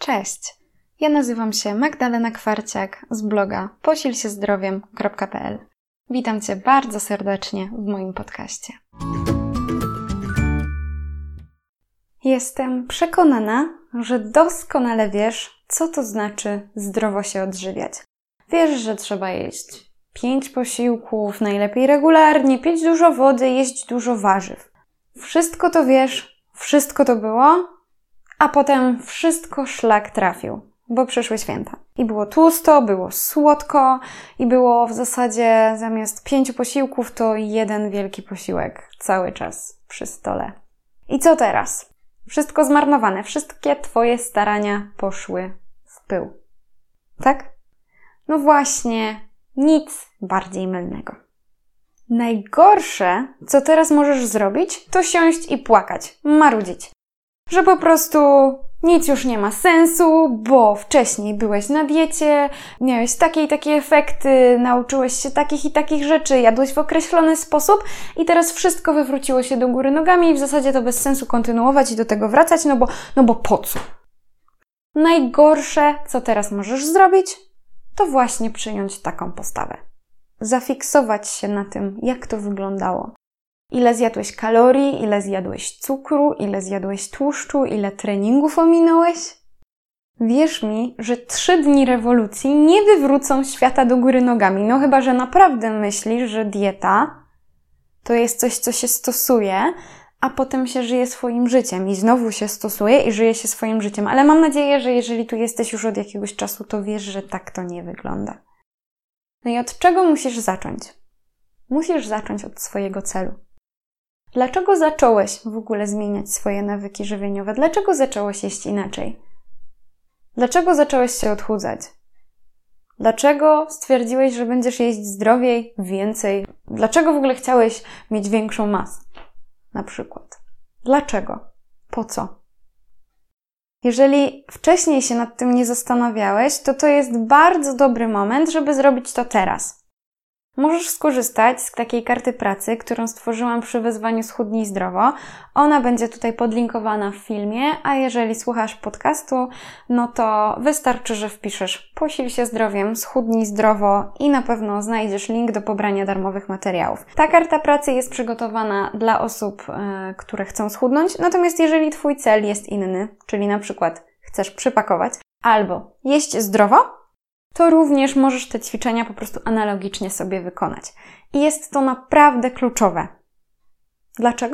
Cześć! Ja nazywam się Magdalena Kwarciak z bloga posilsiezdrowiem.pl. Witam Cię bardzo serdecznie w moim podcaście. Jestem przekonana, że doskonale wiesz, co to znaczy zdrowo się odżywiać. Wiesz, że trzeba jeść 5 posiłków, najlepiej regularnie, pić dużo wody, jeść dużo warzyw. Wszystko to wiesz, wszystko to było, a potem wszystko szlak trafił, bo przyszły święta. I było tłusto, było słodko i było w zasadzie zamiast 5 posiłków to jeden wielki posiłek cały czas przy stole. I co teraz? Wszystko zmarnowane, wszystkie Twoje starania poszły w pył. Tak? No właśnie, nic bardziej mylnego. Najgorsze, co teraz możesz zrobić, to siąść i płakać, marudzić. Że po prostu nic już nie ma sensu, bo wcześniej byłeś na diecie, miałeś takie i takie efekty, nauczyłeś się takich i takich rzeczy, jadłeś w określony sposób i teraz wszystko wywróciło się do góry nogami i w zasadzie to bez sensu kontynuować i do tego wracać, no bo po co? Najgorsze, co teraz możesz zrobić, to właśnie przyjąć taką postawę. Zafiksować się na tym, jak to wyglądało. Ile zjadłeś kalorii, ile zjadłeś cukru, ile zjadłeś tłuszczu, ile treningów ominąłeś? Wierz mi, że 3 dni rewolucji nie wywrócą świata do góry nogami. No chyba, że naprawdę myślisz, że dieta to jest coś, co się stosuje, a potem się żyje swoim życiem i znowu się stosuje i żyje się swoim życiem. Ale mam nadzieję, że jeżeli tu jesteś już od jakiegoś czasu, to wiesz, że tak to nie wygląda. No i od czego musisz zacząć? Musisz zacząć od swojego celu. Dlaczego zacząłeś w ogóle zmieniać swoje nawyki żywieniowe? Dlaczego zacząłeś jeść inaczej? Dlaczego zacząłeś się odchudzać? Dlaczego stwierdziłeś, że będziesz jeść zdrowiej, więcej? Dlaczego w ogóle chciałeś mieć większą masę? Na przykład. Dlaczego? Po co? Jeżeli wcześniej się nad tym nie zastanawiałeś, to jest bardzo dobry moment, żeby zrobić to teraz. Możesz skorzystać z takiej karty pracy, którą stworzyłam przy wyzwaniu Schudnij Zdrowo. Ona będzie tutaj podlinkowana w filmie, a jeżeli słuchasz podcastu, no to wystarczy, że wpiszesz Posil się zdrowiem, Schudnij Zdrowo i na pewno znajdziesz link do pobrania darmowych materiałów. Ta karta pracy jest przygotowana dla osób, które chcą schudnąć, natomiast jeżeli Twój cel jest inny, czyli na przykład chcesz przypakować albo jeść zdrowo, to również możesz te ćwiczenia po prostu analogicznie sobie wykonać. I jest to naprawdę kluczowe. Dlaczego?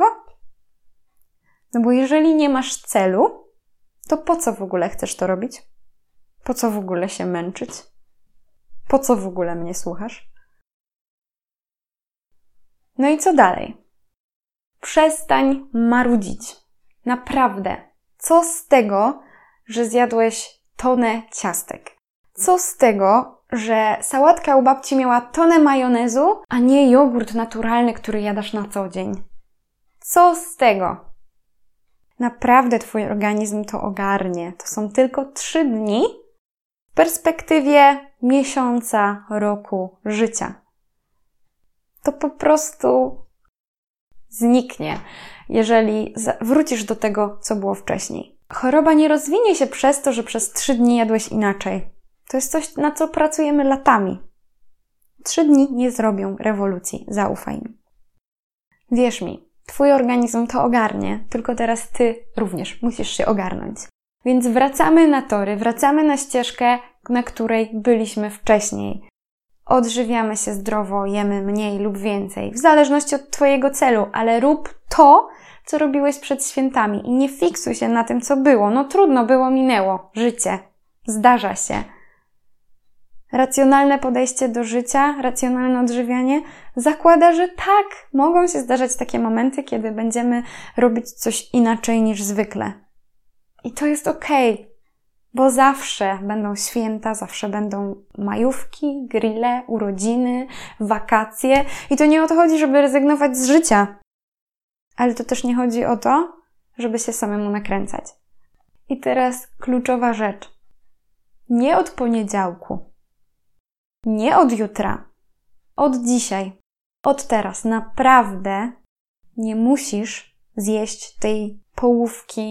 No bo jeżeli nie masz celu, to po co w ogóle chcesz to robić? Po co w ogóle się męczyć? Po co w ogóle mnie słuchasz? No i co dalej? Przestań marudzić. Naprawdę. Co z tego, że zjadłeś tonę ciastek? Co z tego, że sałatka u babci miała tonę majonezu, a nie jogurt naturalny, który jadasz na co dzień? Co z tego? Naprawdę Twój organizm to ogarnie. To są tylko 3 dni w perspektywie miesiąca, roku, życia. To po prostu zniknie, jeżeli wrócisz do tego, co było wcześniej. Choroba nie rozwinie się przez to, że przez 3 dni jadłeś inaczej. To jest coś, na co pracujemy latami. 3 dni nie zrobią rewolucji, zaufaj mi. Wierz mi, Twój organizm to ogarnie, tylko teraz Ty również musisz się ogarnąć. Więc wracamy na tory, wracamy na ścieżkę, na której byliśmy wcześniej. Odżywiamy się zdrowo, jemy mniej lub więcej, w zależności od Twojego celu, ale rób to, co robiłeś przed świętami i nie fiksuj się na tym, co było. No trudno, było, minęło. Życie. Zdarza się. Racjonalne podejście do życia, racjonalne odżywianie zakłada, że tak, mogą się zdarzać takie momenty, kiedy będziemy robić coś inaczej niż zwykle. I to jest okej, bo zawsze będą święta, zawsze będą majówki, grille, urodziny, wakacje. I to nie o to chodzi, żeby rezygnować z życia. Ale to też nie chodzi o to, żeby się samemu nakręcać. I teraz kluczowa rzecz. Nie od poniedziałku. Nie od jutra, od dzisiaj, od teraz. Naprawdę nie musisz zjeść tej połówki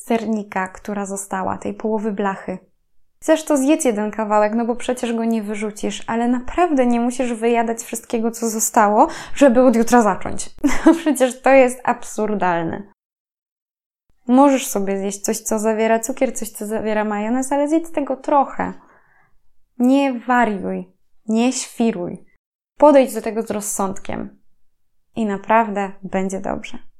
sernika, która została, tej połowy blachy. Chcesz, to zjedz jeden kawałek, no bo przecież go nie wyrzucisz, ale naprawdę nie musisz wyjadać wszystkiego, co zostało, żeby od jutra zacząć. Przecież to jest absurdalne. Możesz sobie zjeść coś, co zawiera cukier, coś, co zawiera majonez, ale zjedz tego trochę. Nie wariuj, nie świruj. Podejdź do tego z rozsądkiem i naprawdę będzie dobrze.